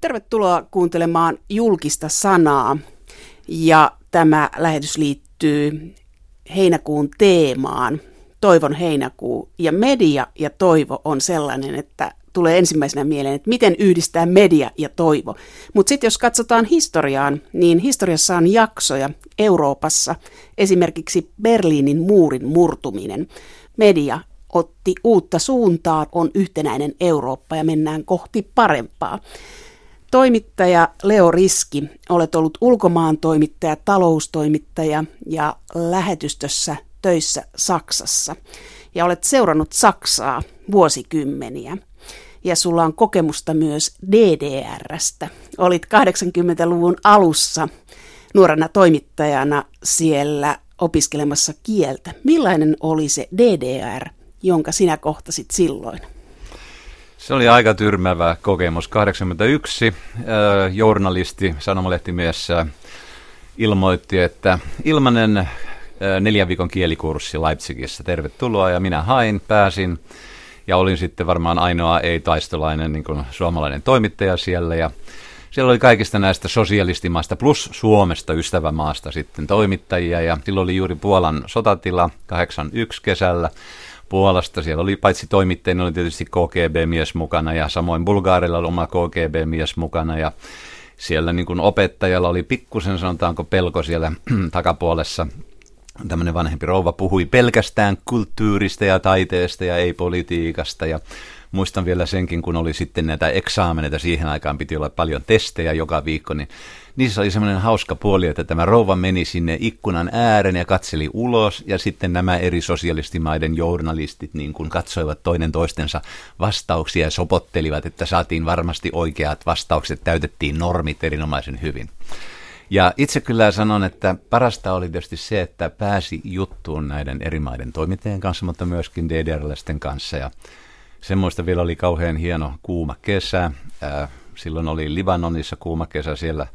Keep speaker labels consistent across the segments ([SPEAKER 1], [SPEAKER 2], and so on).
[SPEAKER 1] Tervetuloa kuuntelemaan Julkista sanaa. Ja tämä lähetys liittyy heinäkuun teemaan, Toivon heinäkuu. Ja media ja toivo on sellainen, että tulee ensimmäisenä mieleen, että miten yhdistää media ja toivo. Mutta sitten jos katsotaan historiaan, niin historiassa on jaksoja Euroopassa, esimerkiksi Berliinin muurin murtuminen. Media otti uutta suuntaa, on yhtenäinen Eurooppa ja mennään kohti parempaa. Toimittaja Leo Riski, olet ollut ulkomaan toimittaja, taloustoimittaja ja lähetystössä töissä Saksassa. Ja olet seurannut Saksaa vuosikymmeniä. Ja sulla on kokemusta myös DDR:stä. Olit 80-luvun alussa nuorena toimittajana siellä opiskelemassa kieltä. Millainen oli se DDR, jonka sinä kohtasit silloin?
[SPEAKER 2] Se oli aika tyrmäävä kokemus. 81 journalisti, sanomalehtimies ilmoitti, että ilmainen 4 viikon kielikurssi Leipzigissä. Tervetuloa, ja minä hain, pääsin ja olin sitten varmaan ainoa ei-taistolainen niin kuin suomalainen toimittaja siellä. Ja siellä oli kaikista näistä sosialistimaista plus Suomesta ystävämaasta sitten toimittajia, ja silloin oli juuri Puolan sotatila 81 kesällä. Puolasta siellä oli paitsi toimittajina, oli tietysti KGB-mies mukana, ja samoin Bulgaarilla oli oma KGB-mies mukana, ja siellä niin kuin opettajalla oli pikkusen, sanotaanko, pelko siellä takapuolessa. Tämmöinen vanhempi rouva puhui pelkästään kulttuurista ja taiteesta ja ei politiikasta, ja muistan vielä senkin, kun oli sitten näitä eksaameneita, siihen aikaan piti olla paljon testejä joka viikko, niin niissä oli semmoinen hauska puoli, että tämä rouva meni sinne ikkunan ääreen ja katseli ulos, ja sitten nämä eri sosialistimaiden journalistit niin kuin katsoivat toinen toistensa vastauksia ja sopottelivat, että saatiin varmasti oikeat vastaukset, täytettiin normit erinomaisen hyvin. Ja itse kyllä sanon, että parasta oli tietysti se, että pääsi juttuun näiden eri maiden toimittajien kanssa, mutta myöskin DDR-läisten kanssa, ja semmoista vielä oli kauhean hieno kuuma kesä. Silloin oli Libanonissa kuuma kesä,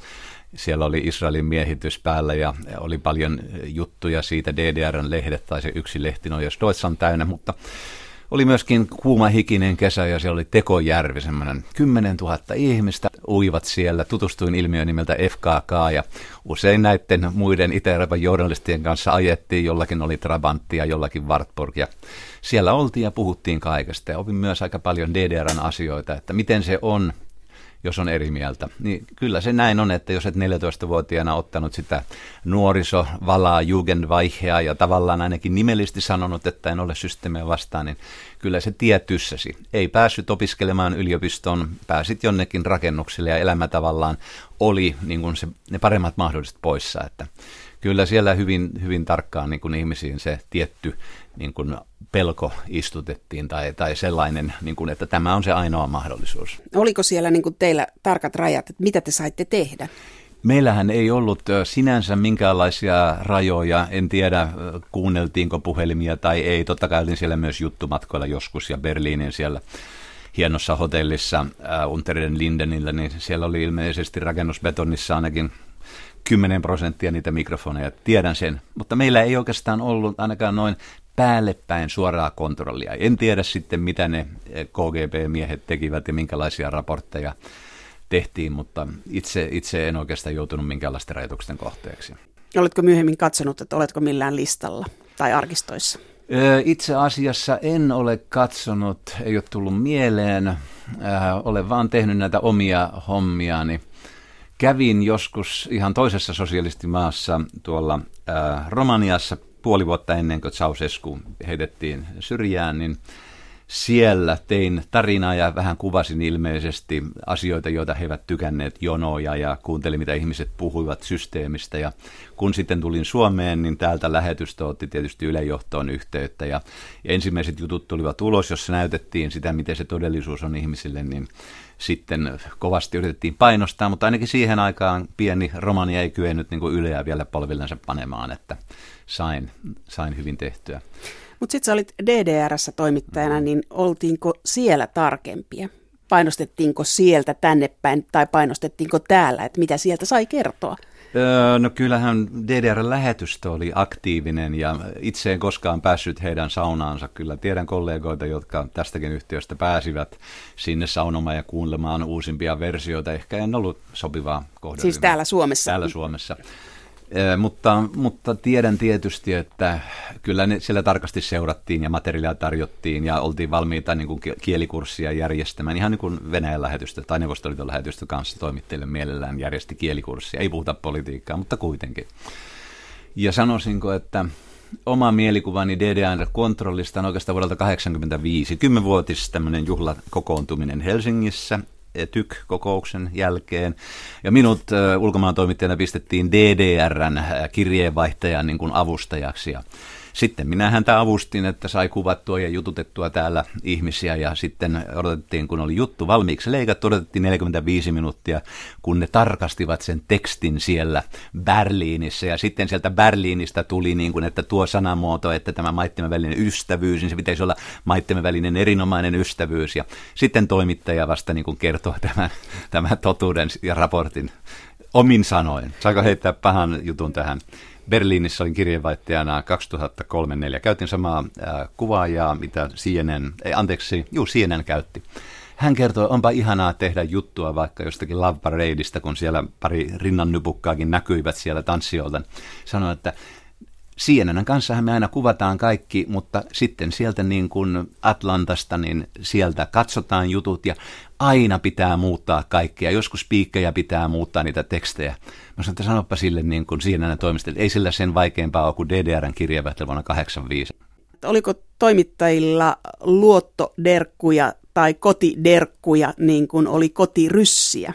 [SPEAKER 2] siellä oli Israelin miehitys päällä ja oli paljon juttuja siitä, DDR:n lehdet tai se yksi lehti, no jos Deutschland täynnä, mutta oli myöskin kuuma hikinen kesä ja siellä oli Tekojärvi, semmoinen 10 000 ihmistä uivat siellä. Tutustuin ilmiöön nimeltä FKK ja usein näiden muiden Itä-Euroopan journalistien kanssa ajettiin, jollakin oli Trabantti ja jollakin Wartburg ja siellä oltiin ja puhuttiin kaikesta ja opin myös aika paljon DDR:n asioita, että miten se on, jos on eri mieltä. Niin kyllä se näin on, että jos et 14-vuotiaana ottanut sitä nuorisovalaa, Jugendweichea ja tavallaan ainakin nimellisesti sanonut, että en ole systeemiä vastaan, niin kyllä se tie tyssäsi. Ei päässyt opiskelemaan yliopistoon, pääsit jonnekin rakennuksille ja elämä tavallaan oli niin kuin ne paremmat mahdolliset poissa, että kyllä siellä hyvin, hyvin tarkkaan niin kuin ihmisiin se tietty niin kuin pelko istutettiin tai sellainen, niin kuin, että tämä on se ainoa mahdollisuus.
[SPEAKER 1] Oliko siellä niin kuin teillä tarkat rajat, että mitä te saitte tehdä?
[SPEAKER 2] Meillähän ei ollut sinänsä minkäänlaisia rajoja, en tiedä kuunneltiinko puhelimia tai ei. Totta kai olin siellä myös juttumatkoilla joskus ja Berliinin siellä hienossa hotellissa Unter den Lindenillä, niin siellä oli ilmeisesti rakennusbetonissa ainakin 10% niitä mikrofoneja, tiedän sen, mutta meillä ei oikeastaan ollut ainakaan noin päällepäin suoraa kontrollia. En tiedä sitten, mitä ne KGB-miehet tekivät ja minkälaisia raportteja tehtiin, mutta itse en oikeastaan joutunut minkäänlaisten rajoitusten kohteeksi.
[SPEAKER 1] Oletko myöhemmin katsonut, että oletko millään listalla tai arkistoissa?
[SPEAKER 2] Itse asiassa en ole katsonut, ei ole tullut mieleen, olen vaan tehnyt näitä omia hommiani. Kävin joskus ihan toisessa sosialistimaassa tuolla Romaniassa puoli vuotta ennen kuin Ceausescu heitettiin syrjään, niin siellä tein tarinaa ja vähän kuvasin ilmeisesti asioita, joita he eivät tykänneet, jonoja, ja kuuntelin, mitä ihmiset puhuivat systeemistä. Ja kun sitten tulin Suomeen, niin täältä lähetystö otti tietysti ylejohtoon yhteyttä. Ja ensimmäiset jutut tulivat ulos, jossa näytettiin sitä, miten se todellisuus on ihmisille, niin sitten kovasti yritettiin painostaa, mutta ainakin siihen aikaan pieni Romania ei kyennyt niin kuin Yleä vielä polvillensa panemaan, että sain hyvin tehtyä.
[SPEAKER 1] Mutta sitten sä olit DDR:ssä toimittajana, niin oltiinko siellä tarkempia? Painostettiinko sieltä tänne päin tai painostettiinko täällä, että mitä sieltä sai kertoa?
[SPEAKER 2] No kyllähän DDR-lähetystö oli aktiivinen ja itse en koskaan päässyt heidän saunaansa. Kyllä tiedän kollegoita, jotka tästäkin yhtiöstä pääsivät sinne saunomaan ja kuuntelemaan uusimpia versioita. Ehkä en ollut sopivaa kohderyhmää.
[SPEAKER 1] Siis täällä Suomessa?
[SPEAKER 2] Täällä Suomessa. Mutta tiedän tietysti, että kyllä siellä tarkasti seurattiin ja materiaalia tarjottiin ja oltiin valmiita niin kuin kielikurssia järjestämään. Ihan niin kuin Venäjän lähetystö tai Neuvostoliiton lähetystö kanssa toimittajille mielellään järjesti kielikurssia. Ei puhuta politiikkaa, mutta kuitenkin. Ja sanoisinko, että oma mielikuvani DDR-kontrollista on oikeastaan vuodelta 1985. 10-vuotis tämmöinen juhlakokoontuminen Helsingissä. TYK-kokouksen jälkeen. Ja minut ulkomaan toimittajana pistettiin DDR:n kirjeenvaihtajan niin kuin avustajaksi. Ja sitten minä häntä avustin, että sai kuvattua ja jututettua täällä ihmisiä. Ja sitten odotettiin, kun oli juttu valmiiksi leikattu, odotettiin 45 minuuttia, kun ne tarkastivat sen tekstin siellä Berliinissä. Ja sitten sieltä Berliinistä tuli, niin kuin, että tuo sanamuoto, että tämä maittemme välinen ystävyys, niin se pitäisi olla maittemme välinen erinomainen ystävyys. Ja sitten toimittaja vasta niin kuin kertoo tämän totuuden ja raportin omin sanoin. Saako heittää pahan jutun tähän? Berliinissä olin kirjeenvaihtajana 2003-2004. Käytin samaa kuvaajaa, mitä CNN käytti. Hän kertoi, onpa ihanaa tehdä juttua vaikka jostakin Love Paradeista, kun siellä pari rinnannypukkaakin näkyivät siellä tanssijoilta. Sanoi, että CNN:n kanssahan me aina kuvataan kaikki, mutta sitten sieltä niin kuin Atlantasta, niin sieltä katsotaan jutut ja aina pitää muuttaa kaikkea. Joskus piikkejä pitää muuttaa niitä tekstejä. Mä sanoin, että sanoppa sille niin kuin CNN:n toimistolle, ei sillä sen vaikeampaa ole kuin DDR:n kirjeenvaihto vuonna 1985.
[SPEAKER 1] Oliko toimittajilla luottoderkkuja tai kotiderkkuja niin kuin oli kotiryssiä?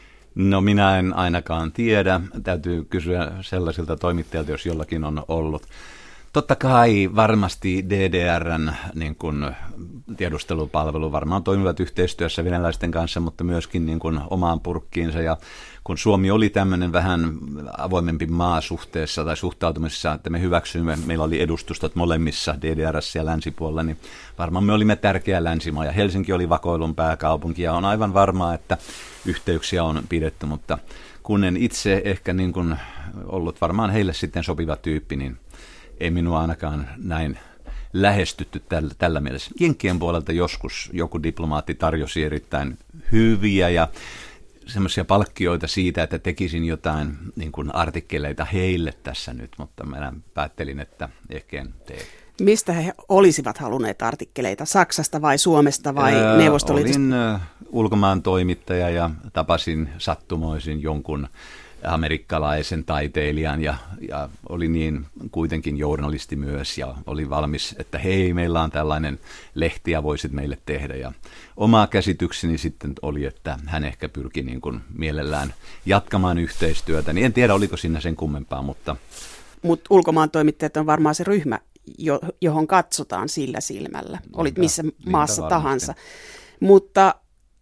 [SPEAKER 2] No minä en ainakaan tiedä. Täytyy kysyä sellaisilta toimittajilta, jos jollakin on ollut. Totta kai varmasti DDR:n niin kuin tiedustelupalvelu varmaan toimivat yhteistyössä venäläisten kanssa, mutta myöskin niin kuin omaan purkkiinsa. Ja kun Suomi oli tämmöinen vähän avoimempi maa suhteessa tai suhtautumisessa, että me hyväksyimme, meillä oli edustustot molemmissa DDR:ssä ja länsipuolella, niin varmaan me olimme tärkeä länsimaa. Ja Helsinki oli vakoilun pääkaupunki ja on aivan varmaa, että yhteyksiä on pidetty, mutta kun en itse ehkä niin kuin ollut varmaan heille sitten sopiva tyyppi, niin ei minua ainakaan näin lähestytty tällä mielessä. Jenkkien puolelta joskus joku diplomaatti tarjosi erittäin hyviä ja semmoisia palkkioita siitä, että tekisin jotain niin kuin artikkeleita heille tässä nyt, mutta minä päättelin, että ehkä en tee.
[SPEAKER 1] Mistä he olisivat halunneet artikkeleita? Saksasta vai Suomesta vai Neuvostoliitosta?
[SPEAKER 2] Olin ulkomaan toimittaja ja tapasin sattumoisin jonkun amerikkalaisen taiteilijan ja oli niin kuitenkin journalisti myös ja oli valmis, että hei, meillä on tällainen lehti ja voisit meille tehdä. Ja oma käsitykseni sitten oli, että hän ehkä pyrki niin kuin mielellään jatkamaan yhteistyötä. Niin en tiedä, oliko siinä sen kummempaa, mutta...
[SPEAKER 1] Mutta ulkomaan toimittajat on varmaan se ryhmä, johon katsotaan sillä silmällä. Olit missä maassa tahansa. Mutta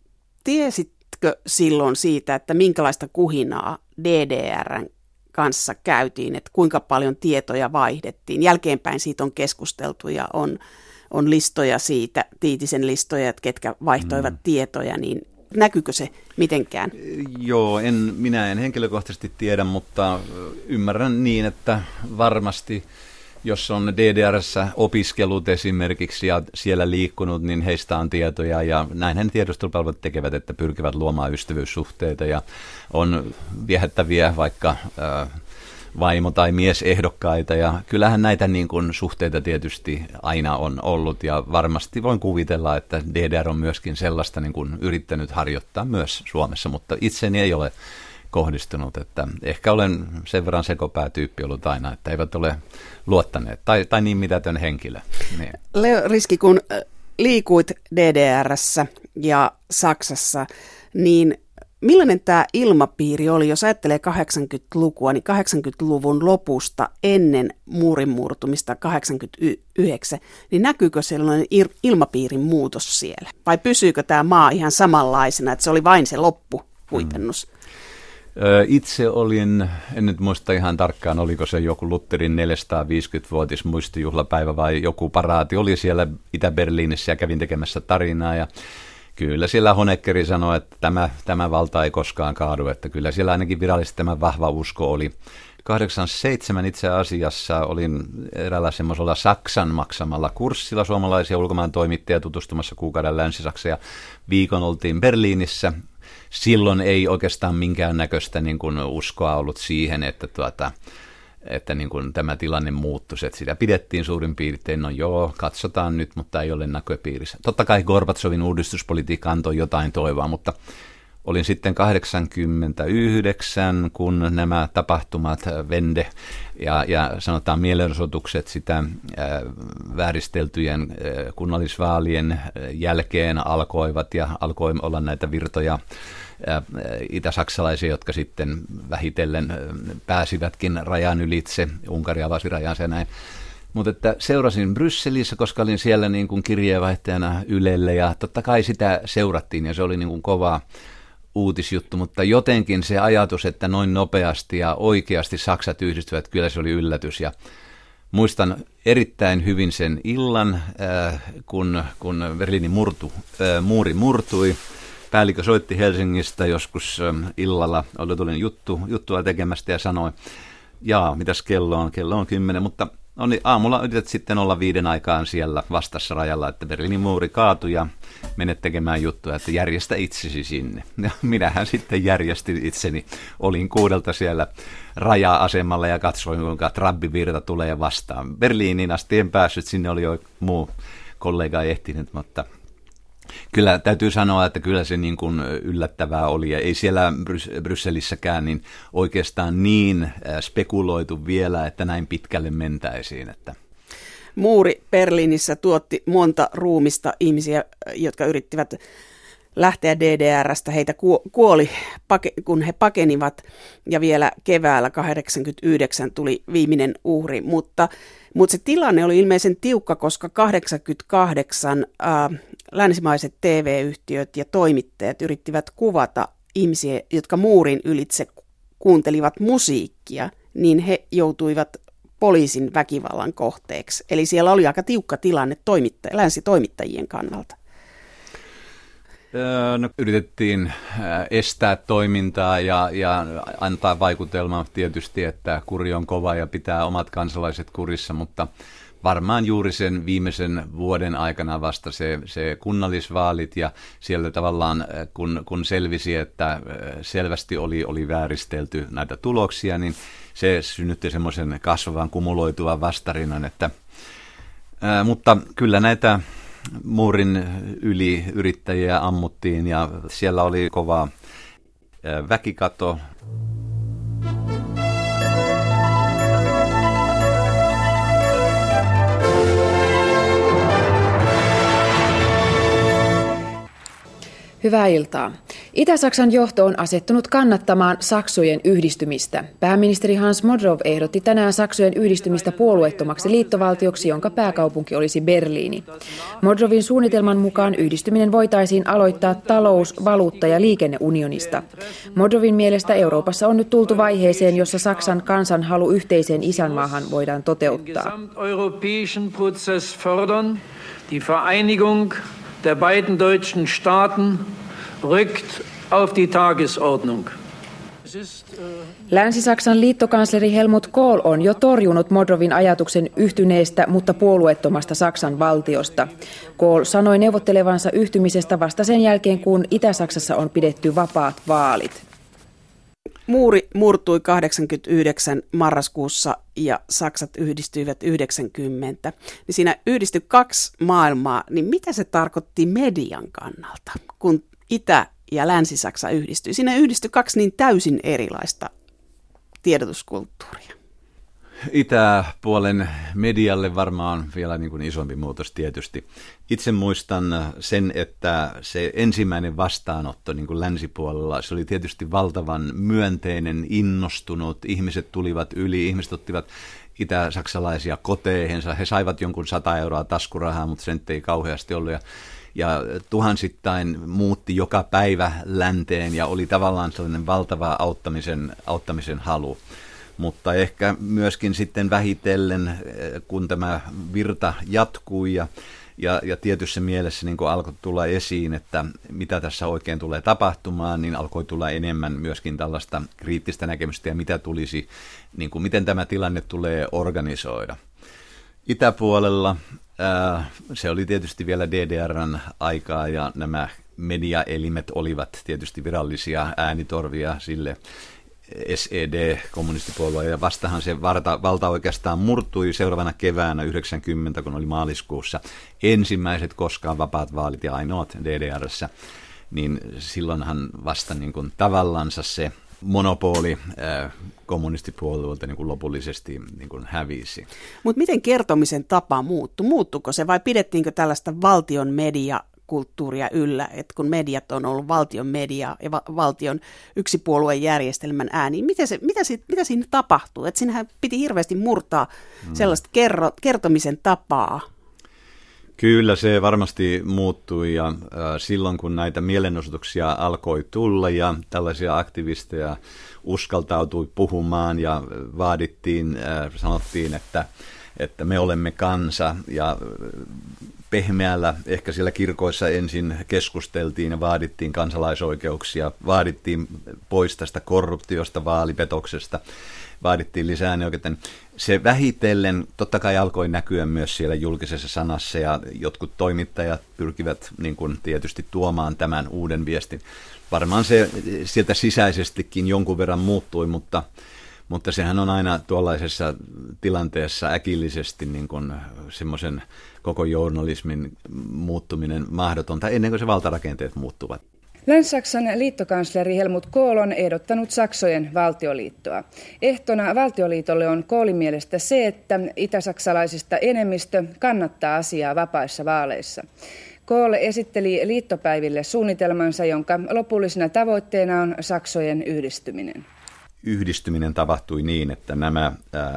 [SPEAKER 1] tiesitkö silloin siitä, että minkälaista kuhinaa DDR:n kanssa käytiin, että kuinka paljon tietoja vaihdettiin? Jälkeenpäin siitä on keskusteltu ja on listoja siitä, Tiitisen listoja, että ketkä vaihtoivat tietoja, niin näkyykö se mitenkään?
[SPEAKER 2] Joo, minä en henkilökohtaisesti tiedä, mutta ymmärrän niin, että varmasti jos on DDR:ssä opiskellut esimerkiksi ja siellä liikkunut, niin heistä on tietoja ja näinhän tiedustelupalvelut tekevät, että pyrkivät luomaan ystävyyssuhteita ja on viehättäviä vaikka vaimo- tai miesehdokkaita ja kyllähän näitä niin kuin suhteita tietysti aina on ollut ja varmasti voin kuvitella, että DDR on myöskin sellaista niin kuin yrittänyt harjoittaa myös Suomessa, mutta itseni ei ole kohdistunut, että ehkä olen sen verran sekopäätyyppi ollut aina, että eivät ole luottaneet, tai niin mitätön henkilö. Niin.
[SPEAKER 1] Leo Riski, kun liikuit DDR:ssä ja Saksassa, niin millainen tämä ilmapiiri oli, jos ajattelee 80-lukua, niin 80-luvun lopusta ennen muurin murtumista 89, niin näkyykö sellainen ilmapiirin muutos siellä? Vai pysyykö tämä maa ihan samanlaisena, että se oli vain se loppuhuipennus?
[SPEAKER 2] Itse olin, en nyt muista ihan tarkkaan, oliko se joku Lutherin 450-vuotis muistijuhlapäivä vai joku paraati, oli siellä Itä-Berliinissä ja kävin tekemässä tarinaa ja Kyllä siellä Honeckeri sanoi, että tämä valta ei koskaan kaadu, että kyllä siellä ainakin virallisesti tämä vahva usko oli. 87 itse asiassa olin eräällä semmoisella Saksan maksamalla kurssilla suomalaisia ulkomaan toimittajia tutustumassa kuukauden Länsi-Saksa ja viikon oltiin Berliinissä. Silloin ei oikeastaan minkäännäköistä niin kuin uskoa ollut siihen, että niin kuin tämä tilanne muuttuisi. Että sitä pidettiin suurin piirtein, no joo, katsotaan nyt, mutta ei ole näköpiirissä. Totta kai Gorbatsovin uudistuspolitiikka antoi jotain toivoa, mutta olin sitten 89, kun nämä tapahtumat, Wende ja sanotaan mielenosoitukset sitä vääristeltyjen kunnallisvaalien jälkeen alkoivat ja alkoi olla näitä virtoja itä-saksalaisia, jotka sitten vähitellen pääsivätkin rajan ylitse, Unkari avasi rajansa ja näin. Mutta että seurasin Brysselissä, koska olin siellä niin kuin kirjeenvaihtajana Ylelle ja totta kai sitä seurattiin ja se oli niin kuin kova uutisjuttu, mutta jotenkin se ajatus, että noin nopeasti ja oikeasti Saksat yhdistyvät, kyllä se oli yllätys ja muistan erittäin hyvin sen illan, kun Berliinin muuri murtui. Päällikkö soitti Helsingistä joskus illalla, tulin juttua tekemästä ja sanoi, mitäs kello on 10, mutta aamulla yrität sitten olla 5 aikaan siellä vastassa rajalla, että Berliinin muuri kaatui ja menet tekemään juttua, että järjestä itsesi sinne. Ja minähän sitten järjestin itseni, olin 6 siellä raja-asemalla ja katsoin, kuinka trabbivirta tulee vastaan. Berliiniin asti en päässyt, sinne oli jo muu kollega ehtinyt, mutta kyllä täytyy sanoa, että kyllä se niin kuin yllättävää oli ja ei siellä Brysselissäkään niin oikeastaan niin spekuloitu vielä, että näin pitkälle mentäisiin. Että.
[SPEAKER 1] Muuri Berliinissä tuotti monta ruumista ihmisiä, jotka yrittivät lähteä DDR:stä. Heitä kuoli, kun he pakenivat ja vielä keväällä 1989 tuli viimeinen uhri, mutta se tilanne oli ilmeisen tiukka, koska 1988 länsimaiset TV-yhtiöt ja toimittajat yrittivät kuvata ihmisiä, jotka muurin ylitse kuuntelivat musiikkia, niin he joutuivat poliisin väkivallan kohteeksi. Eli siellä oli aika tiukka tilanne länsitoimittajien kannalta.
[SPEAKER 2] No, yritettiin estää toimintaa ja antaa vaikutelma tietysti, että kuri on kova ja pitää omat kansalaiset kurissa, mutta varmaan juuri sen viimeisen vuoden aikana vasta se kunnallisvaalit ja siellä tavallaan kun selvisi, että selvästi oli vääristelty näitä tuloksia, niin se synnytti semmoisen kasvavan kumuloituvan vastarinnan, mutta kyllä näitä muurin yli yrittäjiä ammuttiin ja siellä oli kova väkikato.
[SPEAKER 3] Hyvää iltaa. Itä-Saksan johto on asettunut kannattamaan Saksojen yhdistymistä. Pääministeri Hans Modrow ehdotti tänään Saksojen yhdistymistä puolueettomaksi liittovaltioksi, jonka pääkaupunki olisi Berliini. Modrowin suunnitelman mukaan yhdistyminen voitaisiin aloittaa talous-, valuutta- ja liikenneunionista. Modrowin mielestä Euroopassa on nyt tultu vaiheeseen, jossa Saksan kansan halu yhteiseen isänmaahan voidaan toteuttaa.
[SPEAKER 4] Der beiden deutschen Staaten rückt auf die Tagesordnung.
[SPEAKER 3] Länsi-Saksan liittokansleri Helmut Kohl on jo torjunut Modrowin ajatuksen yhtyneestä, mutta puolueettomasta Saksan valtiosta. Kohl sanoi neuvottelevansa yhtymisestä vasta sen jälkeen, kun Itä-Saksassa on pidetty vapaat vaalit.
[SPEAKER 1] Muuri murtui 89 marraskuussa ja Saksat yhdistyivät 90. Niin siinä yhdistyi 2 maailmaa, niin mitä se tarkoitti median kannalta, kun Itä- ja Länsi-Saksa yhdistyi? Siinä yhdistyi 2 niin täysin erilaista tiedotuskulttuuria.
[SPEAKER 2] Itäpuolen medialle varmaan vielä niin kuin isompi muutos tietysti. Itse muistan sen, että se ensimmäinen vastaanotto niin kuin länsipuolella, se oli tietysti valtavan myönteinen, innostunut. Ihmiset tulivat yli, ihmiset ottivat itä-saksalaisia koteihinsa. He saivat jonkun 100 euroa taskurahaa, mutta se ei kauheasti ollut. Ja tuhansittain muutti joka päivä länteen ja oli tavallaan sellainen valtava auttamisen halu. Mutta ehkä myöskin sitten vähitellen, kun tämä virta jatkui Ja tietyssä mielessä niin kun alkoi tulla esiin, että mitä tässä oikein tulee tapahtumaan, niin alkoi tulla enemmän myöskin tällaista kriittistä näkemystä ja mitä tulisi, niin kuin miten tämä tilanne tulee organisoida. Itäpuolella se oli tietysti vielä DDR:n aikaa ja nämä mediaelimet olivat tietysti virallisia äänitorvia sille SED, kommunistipuolue, ja vastahan se valta oikeastaan murtui seuraavana keväänä 90, kun oli maaliskuussa ensimmäiset koskaan vapaat vaalit ja ainoat DDR:ssä, niin silloinhan vasta niin kuin tavallansa se monopoli kommunistipuolueelta niin kuin lopullisesti niin kuin hävisi.
[SPEAKER 1] Mutta miten kertomisen tapa muuttui? Muuttuiko se vai pidettiinkö tällaista valtion mediakulttuuria yllä, että kun mediat on ollut valtion media ja valtion yksipuolueen järjestelmän ääni, mitä siinä tapahtuu? Että siinähän piti hirveästi murtaa sellaista kertomisen tapaa.
[SPEAKER 2] Kyllä se varmasti muuttui ja silloin kun näitä mielenosoituksia alkoi tulla ja tällaisia aktivisteja uskaltautui puhumaan ja vaadittiin, sanottiin, että me olemme kansa ja pehmeällä ehkä siellä kirkoissa ensin keskusteltiin ja vaadittiin kansalaisoikeuksia, vaadittiin pois tästä korruptiosta, vaalipetoksesta, vaadittiin lisää äänioikeutta. Se vähitellen totta kai alkoi näkyä myös siellä julkisessa sanassa ja jotkut toimittajat pyrkivät niin kuin tietysti tuomaan tämän uuden viestin. Varmaan se sieltä sisäisestikin jonkun verran muuttui, mutta sehän on aina tuollaisessa tilanteessa äkillisesti niin kuin semmoisen koko journalismin muuttuminen mahdotonta ennen kuin se valtarakenteet muuttuvat.
[SPEAKER 3] Länsi-Saksan liittokansleri Helmut Kohl on ehdottanut Saksojen valtioliittoa. Ehtona valtioliitolle on Kohlin mielestä se, että itäsaksalaisista enemmistö kannattaa asiaa vapaissa vaaleissa. Kohl esitteli liittopäiville suunnitelmansa, jonka lopullisena tavoitteena on Saksojen yhdistyminen.
[SPEAKER 2] Yhdistyminen tapahtui niin, että nämä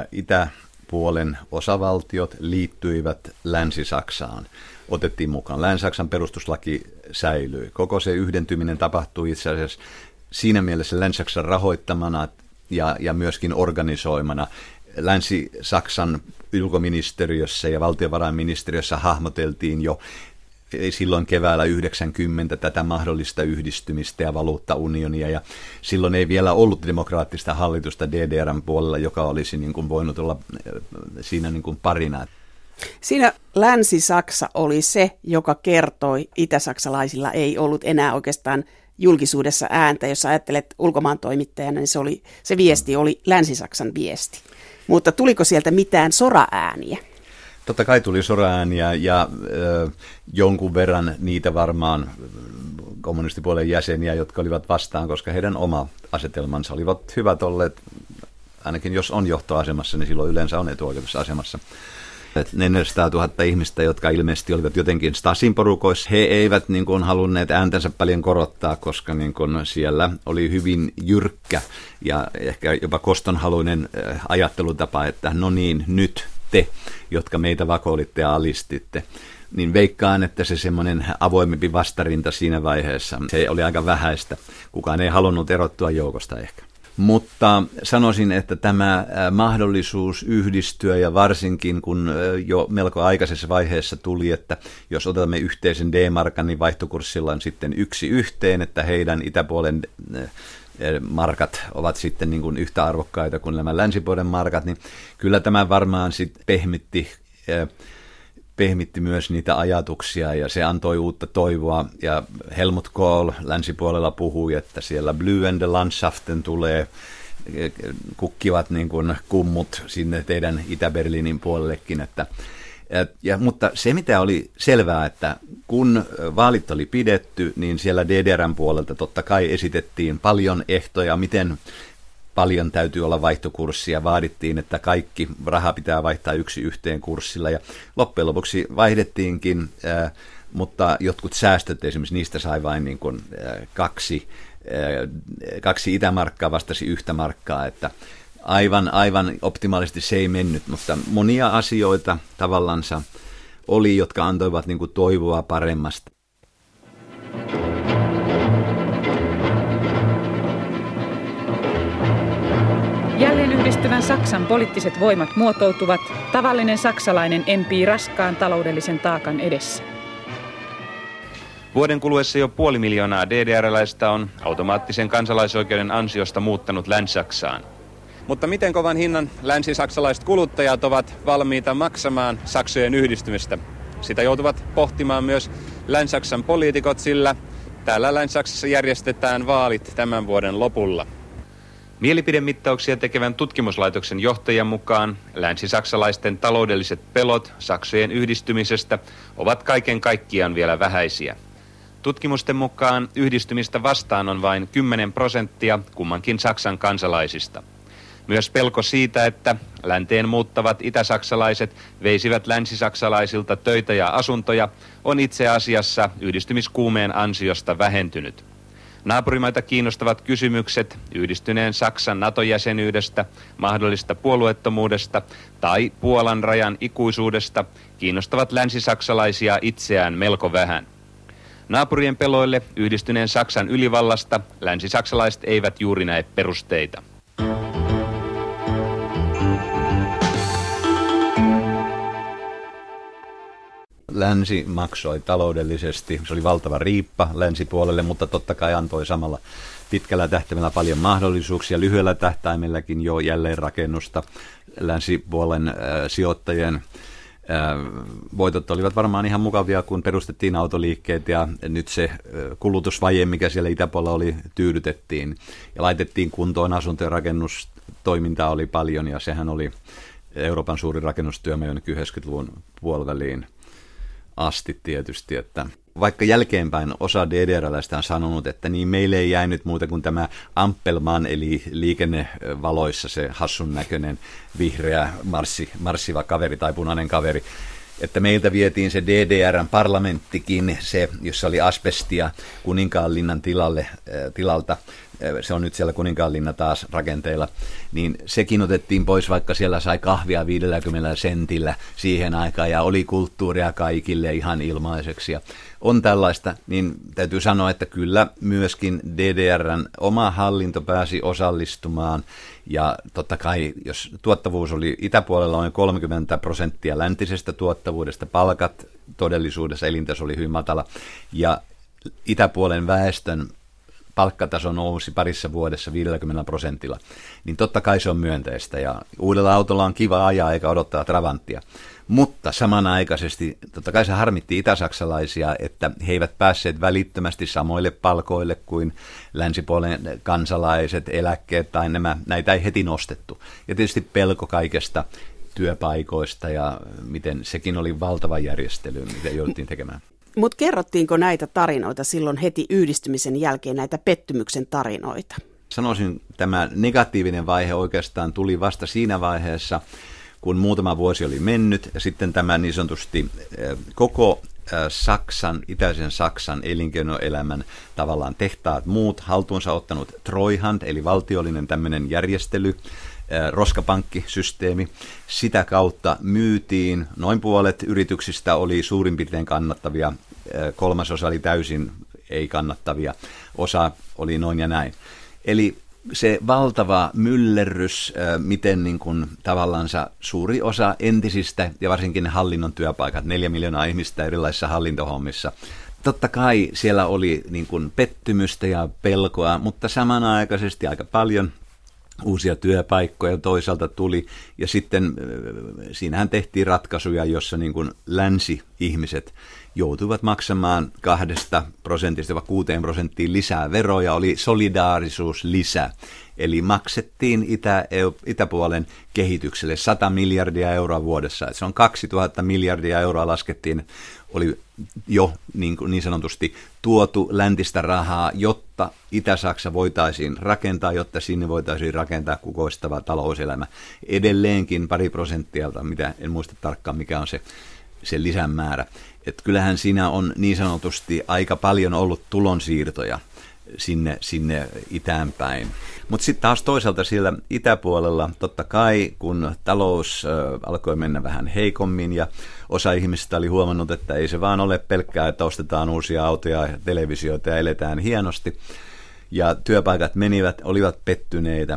[SPEAKER 2] itäpuolen osavaltiot liittyivät Länsi-Saksaan. Otettiin mukaan. Länsi-Saksan perustuslaki säilyi. Koko se yhdentyminen tapahtui itse asiassa siinä mielessä Länsi-Saksan rahoittamana ja myöskin organisoimana. Länsi-Saksan ulkoministeriössä ja valtiovarainministeriössä hahmoteltiin jo silloin keväällä 90 tätä mahdollista yhdistymistä ja valuuttaunionia, ja silloin ei vielä ollut demokraattista hallitusta DDR:n puolella, joka olisi niin kuin voinut olla siinä niin kuin parina.
[SPEAKER 1] Siinä Länsi-Saksa oli se, joka kertoi, itäsaksalaisilla ei ollut enää oikeastaan julkisuudessa ääntä. Jos ajattelet ulkomaan toimittajana, niin se viesti oli Länsi-Saksan viesti. Mutta tuliko sieltä mitään soraääniä?
[SPEAKER 2] Totta kai tuli soraääniä ja jonkun verran niitä varmaan kommunistipuolen jäseniä, jotka olivat vastaan, koska heidän oma asetelmansa olivat hyvät olleet, ainakin jos on johtoasemassa, niin silloin yleensä on etuoikeutussa asemassa. 400 000 ihmistä, jotka ilmeisesti olivat jotenkin Stasin porukoissa, he eivät niin kuin halunneet ääntänsä paljon korottaa, koska niin kuin siellä oli hyvin jyrkkä ja ehkä jopa kostonhaluinen ajattelutapa, että no niin, nyt te, jotka meitä vakoilitte ja alistitte, niin veikkaan, että se semmoinen avoimempi vastarinta siinä vaiheessa, se oli aika vähäistä. Kukaan ei halunnut erottua joukosta ehkä. Mutta sanoisin, että tämä mahdollisuus yhdistyä ja varsinkin kun jo melko aikaisessa vaiheessa tuli, että jos otamme yhteisen D-markan, niin vaihtokurssilla on sitten 1:1, että heidän itäpuolen markat ovat sitten niin kuin yhtä arvokkaita kuin nämä länsipuolen markat, niin kyllä tämä varmaan sitten pehmitti myös niitä ajatuksia ja se antoi uutta toivoa. Ja Helmut Kohl länsipuolella puhui, että siellä blühende Landschaften tulee, kukkivat niin kuin kummut sinne teidän Itä-Berliinin puolellekin. Mutta se, mitä oli selvää, että kun vaalit oli pidetty, niin siellä DDR:n puolelta totta kai esitettiin paljon ehtoja, miten paljon täytyy olla vaihtokurssia. Vaadittiin, että kaikki raha pitää vaihtaa 1:1 kurssilla ja loppujen lopuksi vaihdettiinkin, mutta jotkut säästöt esimerkiksi niistä sai vain niin kuin kaksi itämarkkaa vastasi 1 markkaa, että aivan optimaalisesti se ei mennyt, mutta monia asioita tavallansa oli, jotka antoivat niin kuin toivoa paremmasta.
[SPEAKER 3] Jälleen
[SPEAKER 5] yhdistyvän Saksan poliittiset voimat muotoutuvat, tavallinen saksalainen empii raskaan taloudellisen taakan edessä.
[SPEAKER 6] Vuoden kuluessa jo 500 000 DDR-läistä on automaattisen kansalaisoikeuden ansiosta muuttanut Länsi-Saksaan. Mutta miten kovan hinnan länsisaksalaiset kuluttajat ovat valmiita maksamaan Saksojen yhdistymistä? Sitä joutuvat pohtimaan myös Länsi-Saksan poliitikot, sillä täällä Länsi-Saksassa järjestetään vaalit tämän vuoden lopulla. Mielipidemittauksia tekevän tutkimuslaitoksen johtajan mukaan länsisaksalaisten taloudelliset pelot Saksojen yhdistymisestä ovat kaiken kaikkiaan vielä vähäisiä. Tutkimusten mukaan yhdistymistä vastaan on vain 10% kummankin Saksan kansalaisista. Myös pelko siitä, että länteen muuttavat itäsaksalaiset veisivät länsisaksalaisilta töitä ja asuntoja, on itse asiassa yhdistymiskuumeen ansiosta vähentynyt. Naapurimaita kiinnostavat kysymykset yhdistyneen Saksan NATO-jäsenyydestä, mahdollista puolueettomuudesta tai Puolan rajan ikuisuudesta kiinnostavat länsisaksalaisia itseään melko vähän. Naapurien peloille yhdistyneen Saksan ylivallasta länsisaksalaiset eivät juuri näe perusteita.
[SPEAKER 2] Länsi maksoi taloudellisesti, se oli valtava riippa länsipuolelle, mutta totta kai antoi samalla pitkällä tähtäimellä paljon mahdollisuuksia, lyhyellä tähtäimelläkin jo jälleenrakennusta. Länsipuolen sijoittajien voitot olivat varmaan ihan mukavia, kun perustettiin autoliikkeet ja nyt se kulutusvaje, mikä siellä itäpuolella oli, tyydytettiin ja laitettiin kuntoon asunto- ja rakennustoimintaa oli paljon ja sehän oli Euroopan suurin rakennustyömaa jonnekin 90-luvun puoliväliin asti tietysti, että vaikka jälkeenpäin osa DDR-läistä on sanonut, että niin meille ei jäänyt muuta kuin tämä Ampelman, eli liikennevaloissa se hassun näköinen vihreä marssiva kaveri tai punainen kaveri, että meiltä vietiin se DDR:n parlamenttikin, se, jossa oli asbestia Kuninkaanlinnan tilalta, se on nyt siellä Kuninkaanlinna taas rakenteilla, niin sekin otettiin pois, vaikka siellä sai kahvia 50 sentillä siihen aikaan ja oli kulttuuria kaikille ihan ilmaiseksi. Ja on tällaista, niin täytyy sanoa, että kyllä myöskin DDR:n oma hallinto pääsi osallistumaan ja totta kai, jos tuottavuus oli itäpuolella noin 30% läntisestä tuottavuudesta, palkat todellisuudessa elintaso oli hyvin matala ja itäpuolen väestön palkkataso nousi parissa vuodessa 50%, niin totta kai se on myönteistä ja uudella autolla on kiva ajaa eikä odottaa Trabanttia. Mutta samanaikaisesti totta kai se harmitti itäsaksalaisia, että he eivät päässeet välittömästi samoille palkoille kuin länsipuolen kansalaiset, eläkkeet tai näitä ei heti nostettu. Ja tietysti pelko kaikesta työpaikoista ja miten sekin oli valtava järjestely, mitä jouduttiin tekemään.
[SPEAKER 1] Mutta kerrottiinko näitä tarinoita silloin heti yhdistymisen jälkeen, näitä pettymyksen tarinoita?
[SPEAKER 2] Sanoisin, tämä negatiivinen vaihe oikeastaan tuli vasta siinä vaiheessa, kun muutama vuosi oli mennyt, ja sitten tämä niin sanotusti koko Saksan, itäisen Saksan elinkeinoelämän tavallaan tehtaat muut haltuunsa ottanut Treuhand, eli valtiollinen tämmöinen järjestely, roskapankkisysteemi. Sitä kautta myytiin, noin puolet yrityksistä oli suurin piirtein kannattavia, kolmasosa oli täysin ei kannattavia, osa oli noin ja näin. Eli se valtava myllerrys, miten niin kuin tavallansa suuri osa entisistä ja varsinkin hallinnon työpaikat, 4 miljoonaa ihmistä erilaisissa hallintohommissa. Totta kai siellä oli niin kuin pettymystä ja pelkoa, mutta samanaikaisesti aika paljon uusia työpaikkoja toisaalta tuli ja sitten siinähän tehtiin ratkaisuja, jossa niin kuin länsi-ihmiset joutuivat maksamaan 2%-6% lisää veroja, oli solidaarisuus lisä. Eli maksettiin itäpuolen kehitykselle 100 miljardia euroa vuodessa. Se on 2000 miljardia euroa laskettiin, oli jo niin sanotusti tuotu läntistä rahaa, jotta Itä-Saksa voitaisiin rakentaa, jotta sinne voitaisiin rakentaa kukoistava talouselämä. Edelleenkin 2%, mitä en muista tarkkaan mikä on se lisämäärä. Että kyllähän siinä on niin sanotusti aika paljon ollut tulonsiirtoja sinne itään päin. Mutta sitten taas toisaalta siellä itäpuolella, totta kai kun talous alkoi mennä vähän heikommin ja osa ihmisistä oli huomannut, että ei se vaan ole pelkkää, että ostetaan uusia autoja ja televisioita ja eletään hienosti. Ja työpaikat olivat pettyneitä.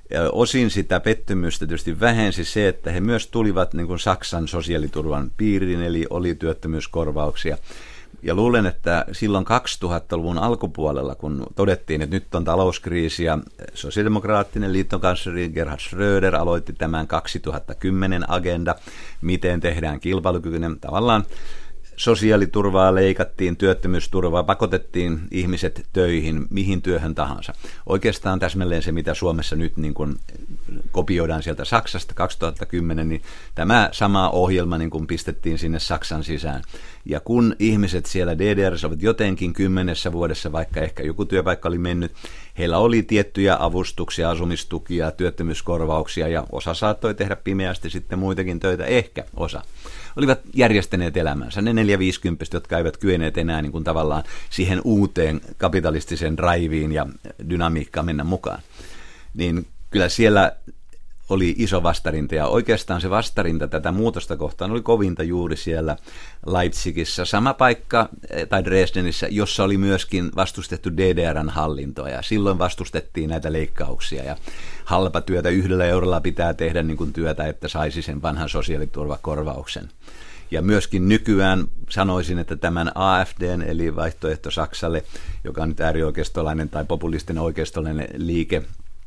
[SPEAKER 2] Ja osin sitä pettymystä tietysti vähensi se, että he myös tulivat niin kuin Saksan sosiaaliturvan piiriin, eli oli työttömyyskorvauksia. Ja luulen, että silloin 2000-luvun alkupuolella, kun todettiin, että nyt on talouskriisi ja sosiaalidemokraattinen liittokansleri Gerhard Schröder aloitti tämän 2010 agenda, miten tehdään kilpailukykyinen, tavallaan sosiaaliturvaa leikattiin, työttömyysturvaa, pakotettiin ihmiset töihin, mihin työhön tahansa. Oikeastaan täsmälleen se, mitä Suomessa nyt niin kuin kopioidaan sieltä Saksasta 2010, niin tämä sama ohjelma niin kuin pistettiin sinne Saksan sisään. Ja kun ihmiset siellä DDR:ssä ovat jotenkin 10 vuodessa, vaikka ehkä joku työpaikka oli mennyt, heillä oli tiettyjä avustuksia, asumistukia, työttömyyskorvauksia ja osa saattoi tehdä pimeästi sitten muitakin töitä, ehkä osa. Olivat järjestäneet elämänsä, ne 4-50, jotka eivät kyenneet enää niin kuin tavallaan siihen uuteen kapitalistiseen driveen ja dynamiikkaan mennä mukaan. Niin kyllä siellä oli iso vastarinta ja oikeastaan se vastarinta tätä muutosta kohtaan oli kovinta juuri siellä Leipzigissä, sama paikka tai Dresdenissä, jossa oli myöskin vastustettu DDR:n hallintoa ja silloin vastustettiin näitä leikkauksia ja halpatyötä 1 eurolla pitää tehdä niin kuin työtä, että saisi sen vanhan sosiaaliturvakorvauksen. Ja myöskin nykyään sanoisin, että tämän AFDn eli Vaihtoehto Saksalle, joka on nyt äärioikeistolainen tai populistinen oikeistolainen liike,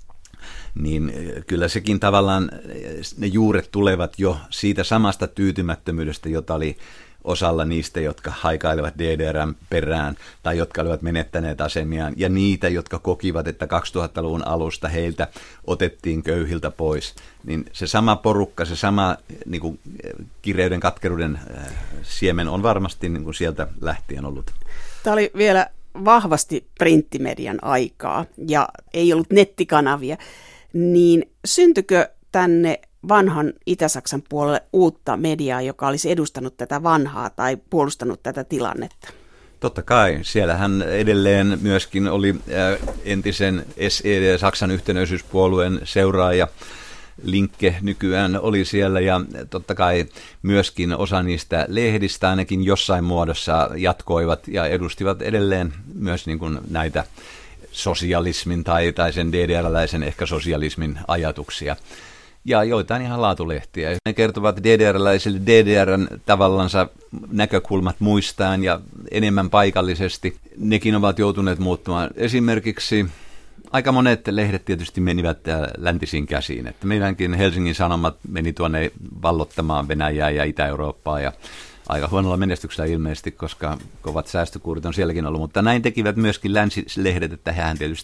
[SPEAKER 2] niin kyllä sekin tavallaan, ne juuret tulevat jo siitä samasta tyytymättömyydestä, jota oli osalla niistä, jotka haikailevat DDR:n perään tai jotka olivat menettäneet asemiaan ja niitä, jotka kokivat, että 2000-luvun alusta heiltä otettiin köyhiltä pois. Niin se sama porukka, se sama niin kuin kireyden, katkeruuden siemen on varmasti niin kuin sieltä lähtien ollut.
[SPEAKER 1] Tämä oli vielä vahvasti printtimedian aikaa ja ei ollut nettikanavia, niin syntyikö tänne vanhan Itä-Saksan puolelle uutta mediaa, joka olisi edustanut tätä vanhaa tai puolustanut tätä tilannetta?
[SPEAKER 2] Totta kai. Siellähän edelleen myöskin oli entisen SED, Saksan yhtenäisyyspuolueen seuraaja. Linkke nykyään oli siellä ja totta kai myöskin osa niistä lehdistä ainakin jossain muodossa jatkoivat ja edustivat edelleen myös niin kuin näitä sosialismin tai sen DDR-läisen ehkä sosialismin ajatuksia. Ja joitain ihan laatulehtiä. Ne kertovat DDR-läisille DDR:n tavallansa näkökulmat muistaan ja enemmän paikallisesti. Nekin ovat joutuneet muuttumaan. Esimerkiksi aika monet lehdet tietysti menivät läntisiin käsiin. Että meidänkin Helsingin Sanomat meni tuonne vallottamaan Venäjää ja Itä-Eurooppaa ja aika huonolla menestyksellä ilmeisesti, koska kovat säästökuurit on sielläkin ollut. Mutta näin tekivät myöskin länsilehdet, että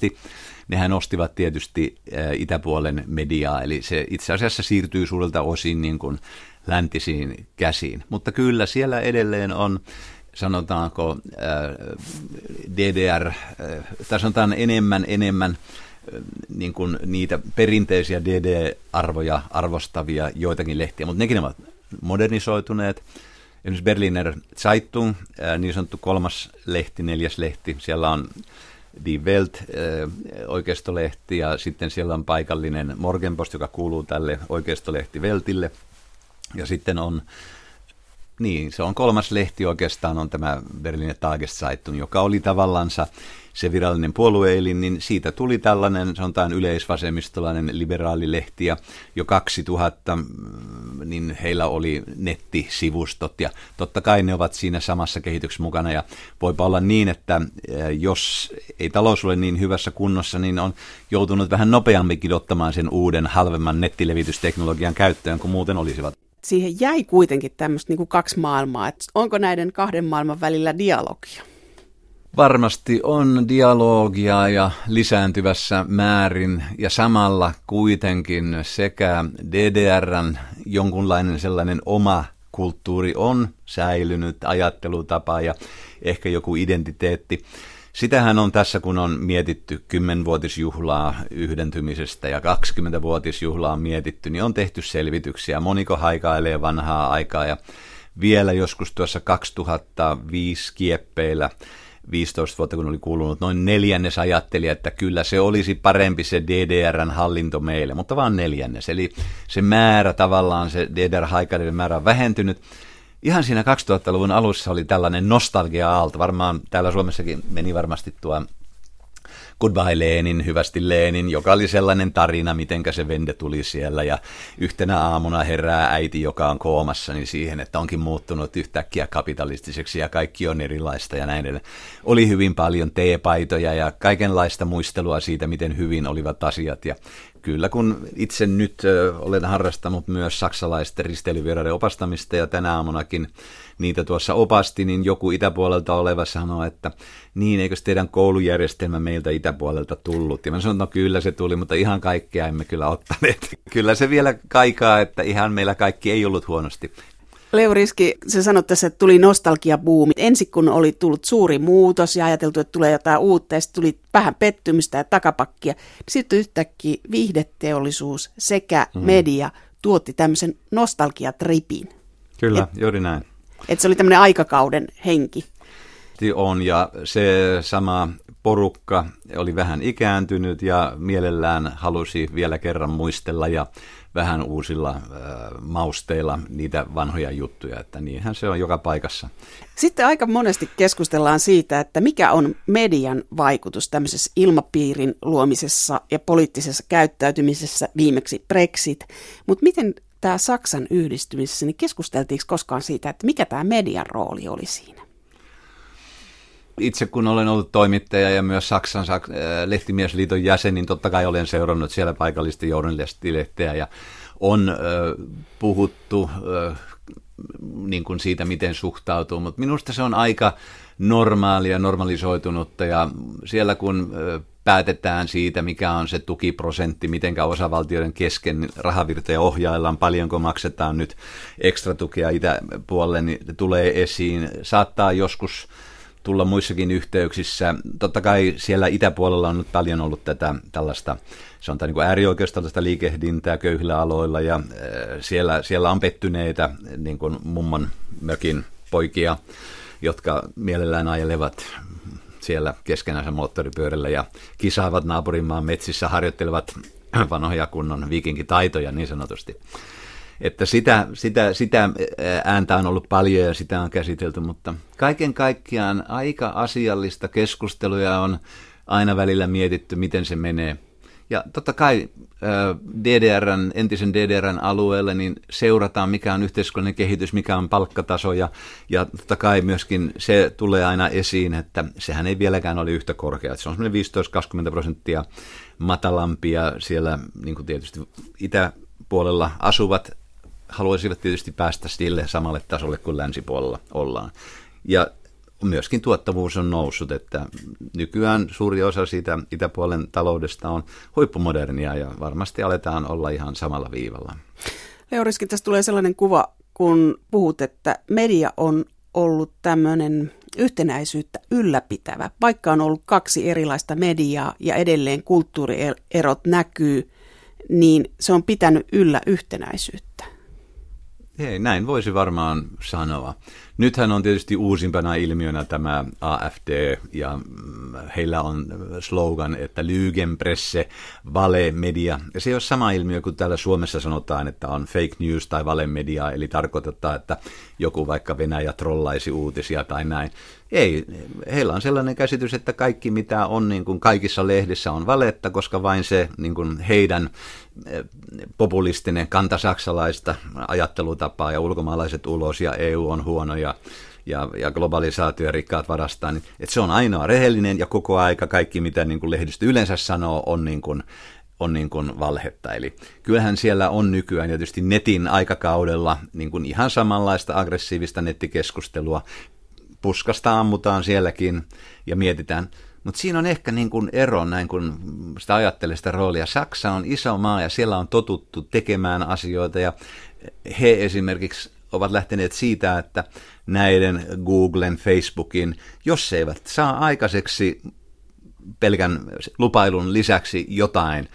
[SPEAKER 2] nehän ostivat tietysti itäpuolen mediaa. Eli se itse asiassa siirtyy suurelta osin niin kuin läntisiin käsiin. Mutta kyllä siellä edelleen on, sanotaanko DDR, tai sanotaan enemmän niin kuin niitä perinteisiä DDR-arvoja arvostavia joitakin lehtiä, mutta nekin ovat modernisoituneet. Esimerkiksi Berliner Zeitung, niin sanottu 3. lehti, 4. lehti, siellä on Die Welt, oikeistolehti, ja sitten siellä on paikallinen Morgenpost, joka kuuluu tälle oikeistolehti Weltille, ja sitten on se on 3. lehti oikeastaan, on tämä Berliner Tageszeitung, joka oli tavallansa se virallinen puolueelin, niin siitä tuli tällainen, sanotaan yleisvasemmistolainen liberaalilehti, ja jo 2000, niin heillä oli nettisivustot, ja totta kai ne ovat siinä samassa kehityksessä mukana, ja voipa olla niin, että jos ei talous ole niin hyvässä kunnossa, niin on joutunut vähän nopeamminkin ottamaan sen uuden, halvemman nettilevitysteknologian käyttöön, kuin muuten olisivat.
[SPEAKER 1] Siihen jäi kuitenkin tämmöistä niin kuin 2 maailmaa, että onko näiden 2 maailman välillä dialogia?
[SPEAKER 2] Varmasti on dialogia ja lisääntyvässä määrin ja samalla kuitenkin sekä DDR:n jonkunlainen sellainen oma kulttuuri on säilynyt, ajattelutapa ja ehkä joku identiteetti. Sitähän on tässä, kun on mietitty 10-vuotisjuhlaa yhdentymisestä ja 20-vuotisjuhlaa on mietitty, niin on tehty selvityksiä. Moniko haikailee vanhaa aikaa ja vielä joskus tuossa 2005 kieppeillä 15 vuotta, kun oli kuulunut, noin 1/4 ajatteli, että kyllä se olisi parempi se DDR:n hallinto meille, mutta vaan 1/4. Eli se määrä tavallaan, se DDR-haikailijoiden määrä on vähentynyt. Ihan siinä 2000-luvun alussa oli tällainen nostalgia-aalto. Varmaan täällä Suomessakin meni varmasti tuo Goodbye Lenin, hyvästi Lenin, joka oli sellainen tarina, mitenkä se Vende tuli siellä ja yhtenä aamuna herää äiti, joka on koomassa, niin siihen, että onkin muuttunut yhtäkkiä kapitalistiseksi ja kaikki on erilaista ja näin edelleen. Oli hyvin paljon teepaitoja ja kaikenlaista muistelua siitä, miten hyvin olivat asiat ja kyllä, kun itse nyt olen harrastanut myös saksalaisten risteilyvieraiden opastamista ja tänä aamunakin niitä tuossa opasti, niin joku itäpuolelta oleva sanoo, että niin, eikös teidän koulujärjestelmä meiltä itäpuolelta tullut? Ja mä sanon, no kyllä se tuli, mutta ihan kaikkea emme kyllä ottaneet. Kyllä se vielä kaikaa, että ihan meillä kaikki ei ollut huonosti.
[SPEAKER 1] Leo Riski, sä sanot tässä, että tuli nostalgiabuumi. Ensin kun oli tullut suuri muutos ja ajateltu, että tulee jotain uutta ja sitten tuli vähän pettymystä ja takapakkia, niin sitten yhtäkkiä viihdeteollisuus sekä media tuotti tämmöisen nostalgiatripin.
[SPEAKER 2] Kyllä, juuri näin.
[SPEAKER 1] Että se oli tämmöinen aikakauden henki.
[SPEAKER 2] On ja se sama porukka oli vähän ikääntynyt ja mielellään halusi vielä kerran muistella ja vähän uusilla mausteilla niitä vanhoja juttuja, että niinhän se on joka paikassa.
[SPEAKER 1] Sitten aika monesti keskustellaan siitä, että mikä on median vaikutus tämmöisessä ilmapiirin luomisessa ja poliittisessa käyttäytymisessä, viimeksi Brexit, mutta miten tämä Saksan yhdistymisessä, niin keskusteltiinko koskaan siitä, että mikä tämä median rooli oli siinä?
[SPEAKER 2] Itse kun olen ollut toimittaja ja myös Saksan lehtimiesliiton jäsen, niin totta kai olen seurannut siellä paikallista journalistilehteä ja on puhuttu niin kuin siitä, miten suhtautuu, mutta minusta se on aika normaalia, normalisoitunutta ja siellä kun päätetään siitä, mikä on se tukiprosentti, mitenkä osavaltioiden kesken rahavirtoja ohjaillaan, paljonko maksetaan nyt ekstra tukea itäpuolelle, niin tulee esiin. Saattaa joskus tulla muissakin yhteyksissä. Totta kai siellä itäpuolella on nyt paljon ollut tätä tällaista, se on niin kuin äärioikeistolaista liikehdintää köyhillä aloilla ja siellä on pettyneitä niin kuin mummon mökin poikia, jotka mielellään ajelevat siellä keskenänsä moottoripyörällä ja kisaavat naapurimaan metsissä, harjoittelevat vanhoja kunnon viikinkitaitoja niin sanotusti. Että sitä ääntä on ollut paljon ja sitä on käsitelty, mutta kaiken kaikkiaan aika asiallista keskustelua on aina välillä mietitty, miten se menee. Ja totta kai entisen DDRn alueelle niin seurataan, mikä on yhteiskunnallinen kehitys, mikä on palkkataso ja totta kai myöskin se tulee aina esiin, että sehän ei vieläkään ole yhtä korkea. Se on semmoinen 15-20% matalampia siellä niin kuin tietysti itäpuolella asuvat haluaisivat tietysti päästä sille samalle tasolle kuin länsipuolella ollaan. Ja myöskin tuottavuus on noussut, että nykyään suuri osa siitä itäpuolen taloudesta on huippumodernia ja varmasti aletaan olla ihan samalla viivalla.
[SPEAKER 1] Leo Riski, tässä tulee sellainen kuva, kun puhut, että media on ollut tämmöinen yhtenäisyyttä ylläpitävä. Vaikka on ollut kaksi erilaista mediaa ja edelleen kulttuurierot näkyy, niin se on pitänyt yllä yhtenäisyyttä.
[SPEAKER 2] Ei, näin voisi varmaan sanoa. Nythän on tietysti uusimpana ilmiönä tämä AfD ja heillä on slogan, että Lügenpresse, valemedia. Ja se ei ole sama ilmiö kuin täällä Suomessa sanotaan, että on fake news tai valemedia, eli tarkoittaa, että joku vaikka Venäjä trollaisi uutisia tai näin. Ei, heillä on sellainen käsitys, että kaikki mitä on niin kuin kaikissa lehdissä on valetta, koska vain se niin kuin heidän populistinen kantasaksalaista ajattelutapaa ja ulkomaalaiset ulos ja EU on huono ja globalisaatio ja rikkaat varastaa, niin että se on ainoa rehellinen ja koko aika kaikki mitä niin kuin lehdistö yleensä sanoo on niin kuin valhetta. Eli kyllähän siellä on nykyään tietysti netin aikakaudella niin kuin ihan samanlaista aggressiivista nettikeskustelua. Puskasta ammutaan sielläkin ja mietitään. Mutta siinä on ehkä niin kuin ero, näin kun sitä ajattelee sitä roolia. Saksa on iso maa ja siellä on totuttu tekemään asioita ja he esimerkiksi ovat lähteneet siitä, että näiden Googlen, Facebookin, jos he eivät saa aikaiseksi pelkän lupailun lisäksi jotain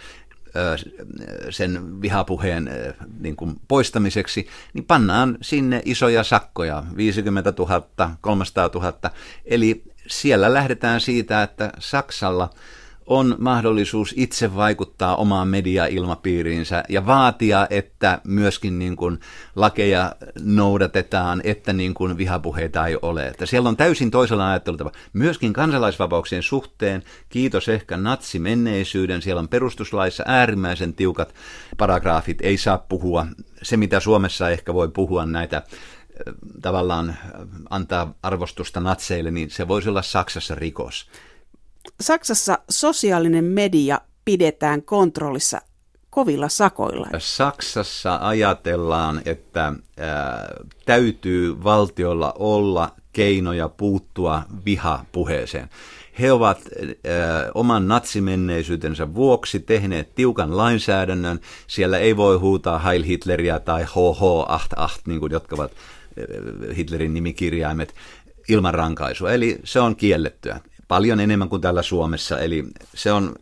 [SPEAKER 2] sen vihapuheen niin kuin poistamiseksi, niin pannaan sinne isoja sakkoja, 50 000, 300 000. Eli siellä lähdetään siitä, että Saksalla on mahdollisuus itse vaikuttaa omaan mediailmapiiriinsä ja vaatia, että myöskin niin kuin lakeja noudatetaan, että niin kuin vihapuheita ei ole. Että siellä on täysin toisella ajattelutapa. Myöskin kansalaisvapauksien suhteen, kiitos ehkä natsimenneisyyden, siellä on perustuslaissa äärimmäisen tiukat paragraafit, ei saa puhua. Se, mitä Suomessa ehkä voi puhua näitä tavallaan antaa arvostusta natseille, niin se voisi olla Saksassa rikos.
[SPEAKER 1] Saksassa sosiaalinen media pidetään kontrollissa kovilla sakoilla.
[SPEAKER 2] Saksassa ajatellaan, että täytyy valtiolla olla keinoja puuttua vihapuheeseen. He ovat oman natsimenneisyytensä vuoksi tehneet tiukan lainsäädännön. Siellä ei voi huutaa Heil Hitleriä tai HH88, niin kuin jotka ovat Hitlerin nimikirjaimet, ilman rankaisua. Eli se on kiellettyä. Paljon enemmän kuin täällä Suomessa, eli se on,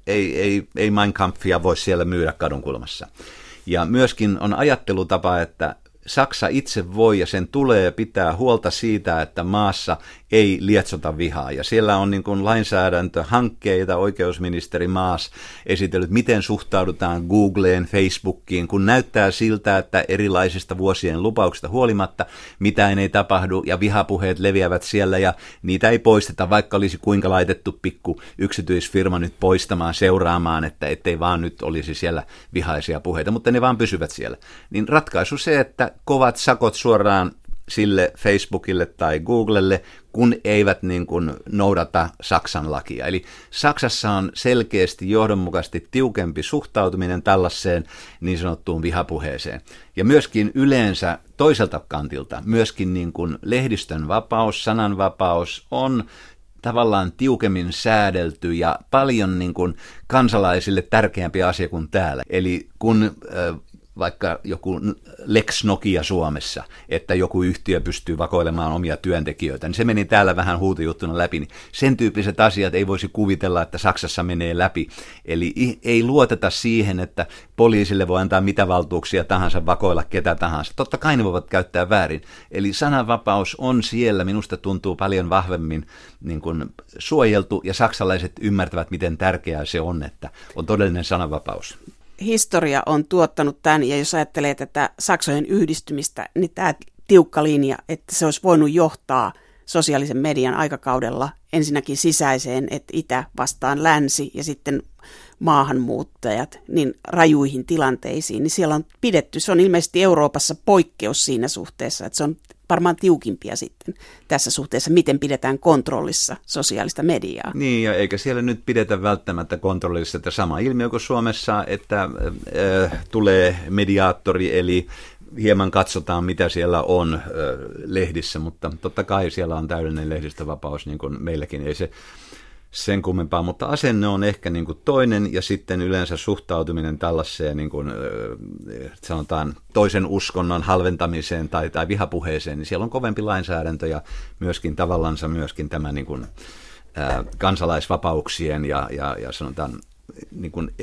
[SPEAKER 2] ei Mein Kampfia voi siellä myydä kadunkulmassa. Ja myöskin on ajattelutapa, että Saksa itse voi ja sen tulee pitää huolta siitä, että maassa ei lietsota vihaa. Ja siellä on niin kuin lainsäädäntöhankkeita, oikeusministeri Maas esitellyt, miten suhtaudutaan Googleen, Facebookiin, kun näyttää siltä, että erilaisista vuosien lupauksista huolimatta mitään ei tapahdu ja vihapuheet leviävät siellä ja niitä ei poisteta, vaikka olisi kuinka laitettu pikku yksityisfirma nyt poistamaan, seuraamaan, että ettei vaan nyt olisi siellä vihaisia puheita, mutta ne vaan pysyvät siellä. Niin ratkaisu se, että kovat sakot suoraan sille Facebookille tai Googlelle, kun eivät niin kuin noudata Saksan lakia. Eli Saksassa on selkeästi johdonmukaisesti tiukempi suhtautuminen tällaiseen niin sanottuun vihapuheeseen. Ja myöskin yleensä toiselta kantilta, myöskin niin kuin lehdistön vapaus, sananvapaus on tavallaan tiukemmin säädelty ja paljon niin kuin kansalaisille tärkeämpi asia kuin täällä. Eli kun vaikka joku Lex Nokia Suomessa, että joku yhtiö pystyy vakoilemaan omia työntekijöitä, niin se meni täällä vähän huutojuttuna läpi, niin sen tyyppiset asiat ei voisi kuvitella, että Saksassa menee läpi. Eli ei luoteta siihen, että poliisille voi antaa mitä valtuuksia tahansa vakoilla ketä tahansa. Totta kai ne voivat käyttää väärin. Eli sananvapaus on siellä, minusta tuntuu paljon vahvemmin niin kuin suojeltu, ja saksalaiset ymmärtävät, miten tärkeää se on, että on todellinen sananvapaus.
[SPEAKER 1] Historia on tuottanut tämän, ja jos ajattelee tätä Saksojen yhdistymistä, niin tämä tiukka linja, että se olisi voinut johtaa sosiaalisen median aikakaudella ensinnäkin sisäiseen, että itä vastaan länsi ja sitten maahanmuuttajat niin rajuihin tilanteisiin, niin siellä on pidetty, se on ilmeisesti Euroopassa poikkeus siinä suhteessa, että se on varmaan tiukimpia sitten tässä suhteessa, miten pidetään kontrollissa sosiaalista mediaa.
[SPEAKER 2] Niin, ja eikä siellä nyt pidetä välttämättä kontrollissa, että sama ilmiö kuin Suomessa, että tulee mediaattori, eli hieman katsotaan, mitä siellä on lehdissä, mutta totta kai siellä on täydellinen lehdistövapaus, niin kuin meilläkin, ei se sen kummempaa, mutta asenne on ehkä niin kuin toinen, ja sitten yleensä suhtautuminen tällaiseen niin kuin, sanotaan toisen uskonnon halventamiseen tai vihapuheeseen, niin siellä on kovempi lainsäädäntö ja myöskin tavallansa myöskin tämä niin kuin, kansalaisvapauksien ja sanotaan niin kuin,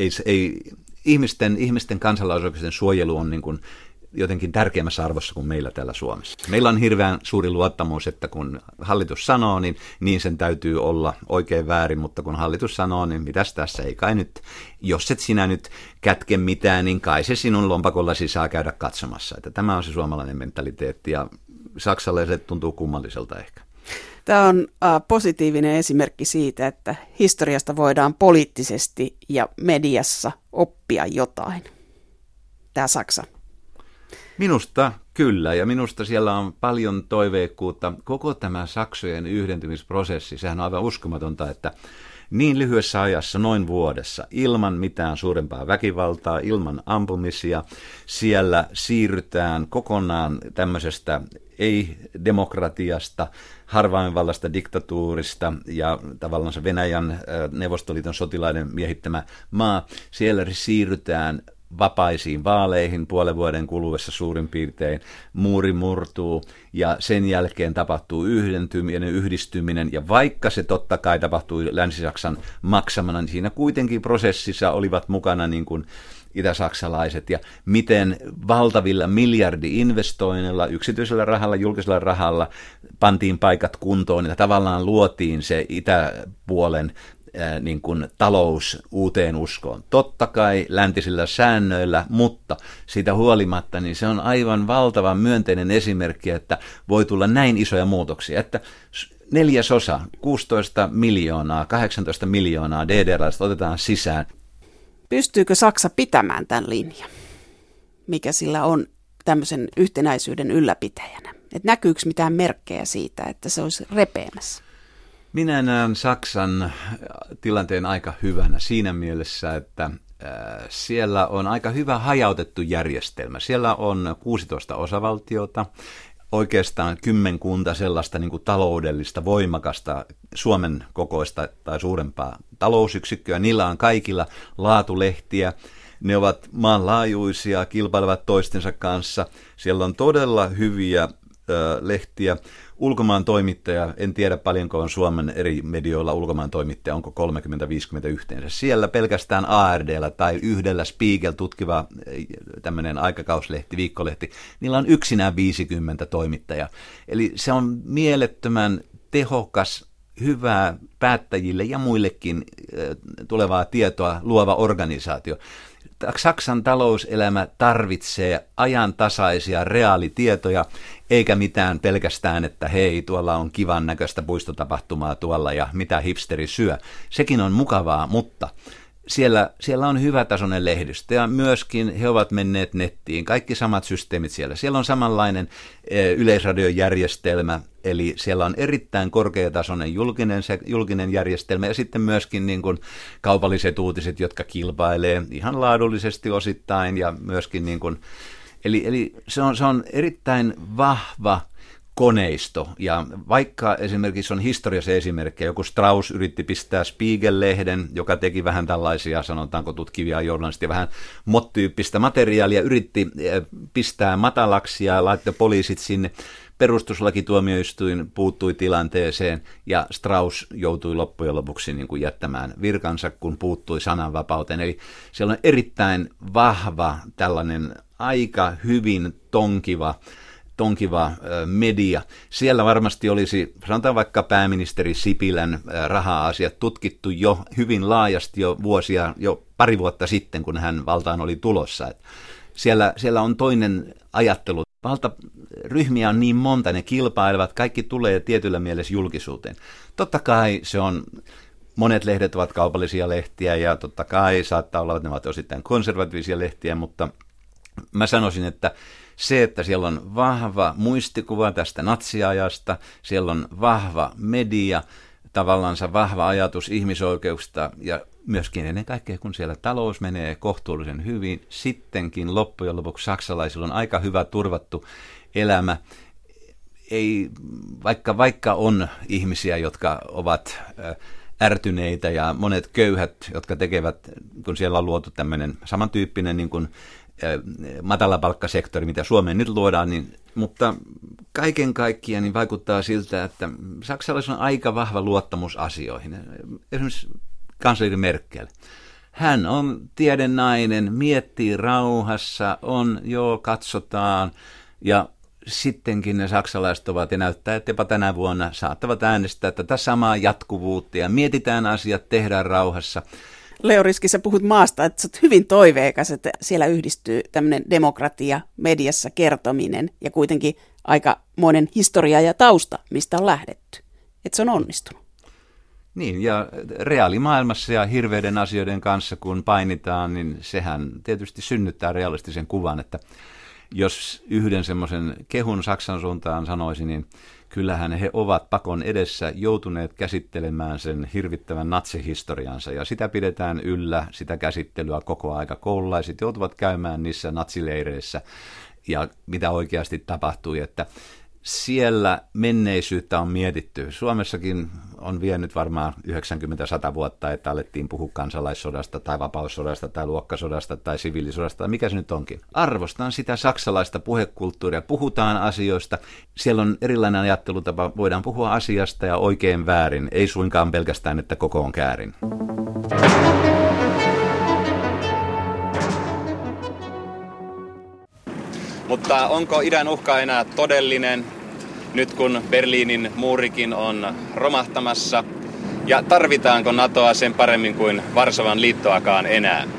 [SPEAKER 2] ihmisten kansalaisoikeuksien suojelu on niin kuin jotenkin tärkeämmässä arvossa kuin meillä täällä Suomessa. Meillä on hirveän suuri luottamus, että kun hallitus sanoo, niin sen täytyy olla oikein väärin, mutta kun hallitus sanoo, niin mitäs tässä ei kai nyt, jos et sinä nyt kätke mitään, niin kai se sinun lompakollasi saa käydä katsomassa. Että tämä on se suomalainen mentaliteetti ja saksalaiset tuntuu kummalliselta ehkä.
[SPEAKER 1] Tämä on positiivinen esimerkki siitä, että historiasta voidaan poliittisesti ja mediassa oppia jotain. Tämä Saksa.
[SPEAKER 2] Minusta kyllä, ja minusta siellä on paljon toiveikkuutta. Koko tämä Saksojen yhdentymisprosessi, sehän on aivan uskomatonta, että niin lyhyessä ajassa, noin vuodessa, ilman mitään suurempaa väkivaltaa, ilman ampumisia, siellä siirrytään kokonaan tämmöisestä ei-demokratiasta, harvainvallasta diktatuurista ja tavallaan se Venäjän Neuvostoliiton sotilaiden miehittämä maa, siellä siirrytään vapaisiin vaaleihin puolen vuoden kuluessa suurin piirtein, muuri murtuu ja sen jälkeen tapahtuu yhdistyminen ja vaikka se totta kai tapahtui Länsi-Saksan maksamana, niin siinä kuitenkin prosessissa olivat mukana niin kuin itäsaksalaiset ja miten valtavilla miljardi-investoinneilla, yksityisellä rahalla, julkisella rahalla pantiin paikat kuntoon ja tavallaan luotiin se itäpuolen niin kuin talous uuteen uskoon. Totta kai läntisillä säännöillä, mutta siitä huolimatta niin se on aivan valtavan myönteinen esimerkki, että voi tulla näin isoja muutoksia, että 1/4, 16 miljoonaa, 18 miljoonaa DDR-laista otetaan sisään.
[SPEAKER 1] Pystyykö Saksa pitämään tämän linjan, mikä sillä on tämmöisen yhtenäisyyden ylläpitäjänä? Et näkyykö mitään merkkejä siitä, että se olisi repeämässä?
[SPEAKER 2] Minä näen Saksan tilanteen aika hyvänä siinä mielessä, että siellä on aika hyvä hajautettu järjestelmä. Siellä on 16 osavaltiota, oikeastaan 10 sellaista niin kuin taloudellista, voimakasta, Suomen kokoista tai suurempaa talousyksikköä. Niillä on kaikilla laatulehtiä. Ne ovat maanlaajuisia, kilpailevat toistensa kanssa. Siellä on todella hyviä lehtiä. Ulkomaan toimittaja, en tiedä paljonko on Suomen eri medioilla ulkomaan toimittaja, onko 30-50 yhteensä. Siellä pelkästään ARD:llä tai yhdellä Spiegel tutkiva tämmöinen aikakauslehti, viikkolehti, niillä on yksinään 50 toimittajaa. Eli se on mielettömän tehokas, hyvää päättäjille ja muillekin tulevaa tietoa luova organisaatio. Saksan talouselämä tarvitsee ajantasaisia reaalitietoja, eikä mitään pelkästään, että hei, tuolla on kivan näköistä puistotapahtumaa tuolla ja mitä hipsteri syö. Sekin on mukavaa, mutta siellä on hyvätasoinen lehdistö ja myöskin he ovat menneet nettiin. Kaikki samat systeemit siellä. Siellä on samanlainen yleisradiojärjestelmä, eli siellä on erittäin korkeatasoinen julkinen järjestelmä ja sitten myöskin niin kuin kaupalliset uutiset, jotka kilpailee ihan laadullisesti osittain ja myöskin niin kuin, eli se on erittäin vahva koneisto, ja vaikka esimerkiksi on historiassa esimerkkejä, joku Strauss yritti pistää Spiegel-lehden, joka teki vähän tällaisia, sanotaanko tutkivia journalistia, vähän MOT-tyyppistä materiaalia, yritti pistää matalaksi ja laittoi poliisit sinne. Perustuslakituomioistuin puuttui tilanteeseen ja Strauss joutui loppujen lopuksi niin kuin jättämään virkansa, kun puuttui sananvapauteen. Eli siellä on erittäin vahva tällainen aika hyvin tonkiva media. Siellä varmasti olisi, sanotaan vaikka pääministeri Sipilän raha-asiat tutkittu jo hyvin laajasti jo pari vuotta sitten, kun hän valtaan oli tulossa. Siellä on toinen ajattelu. Valtaryhmiä on niin monta, ne kilpailevat, kaikki tulee tietyllä mielessä julkisuuteen. Totta kai monet lehdet ovat kaupallisia lehtiä ja totta kai saattaa olla, että ne ovat osittain konservatiivisia lehtiä, mutta mä sanoisin, että se, että siellä on vahva muistikuva tästä natsiajasta, siellä on vahva media, tavallaan vahva ajatus ihmisoikeuksista ja myöskin ennen kaikkea, kun siellä talous menee kohtuullisen hyvin, sittenkin loppujen lopuksi saksalaisilla on aika hyvä turvattu elämä. Ei, vaikka on ihmisiä, jotka ovat ärtyneitä ja monet köyhät, jotka tekevät, kun siellä on luotu tämmöinen samantyyppinen niin kuin matalapalkkasektori, mitä Suomeen nyt luodaan, mutta kaiken kaikkiaan niin vaikuttaa siltä, että saksalaisilla on aika vahva luottamus asioihin. Esimerkiksi kansleri Merkel. Hän on tiedenainen, miettii rauhassa, katsotaan ja sittenkin ne saksalaiset ovat ja näyttää, että jopa tänä vuonna saattavat äänestää tätä samaa jatkuvuutta ja mietitään asiat, tehdään rauhassa.
[SPEAKER 1] Leo Riski, sä puhut maasta, että sä oot hyvin toiveikas, että siellä yhdistyy tämmöinen demokratia, mediassa kertominen ja kuitenkin aikamoinen historia ja tausta, mistä on lähdetty. Että se on onnistunut.
[SPEAKER 2] Niin, ja reaalimaailmassa ja hirveiden asioiden kanssa kun painitaan, niin sehän tietysti synnyttää realistisen kuvan, että jos yhden semmoisen kehun Saksan suuntaan sanoisi, niin kyllähän he ovat pakon edessä joutuneet käsittelemään sen hirvittävän natsihistoriansa, ja sitä pidetään yllä, sitä käsittelyä koko aika. Koululaiset joutuvat käymään niissä natsileireissä, ja mitä oikeasti tapahtui, että siellä menneisyyttä on mietitty. Suomessakin on vienyt varmaan 90-100 vuotta, että alettiin puhua kansalaissodasta tai vapaussodasta tai luokkasodasta tai siviilisodasta tai mikä se nyt onkin. Arvostan sitä saksalaista puhekulttuuria. Puhutaan asioista. Siellä on erilainen ajattelutapa. Voidaan puhua asiasta ja oikein väärin. Ei suinkaan pelkästään, että koko on käärin.
[SPEAKER 6] Mutta onko idän uhka enää todellinen, nyt kun Berliinin muurikin on romahtamassa Ja tarvitaanko NATOa sen paremmin kuin Varsovan liittoakaan enää?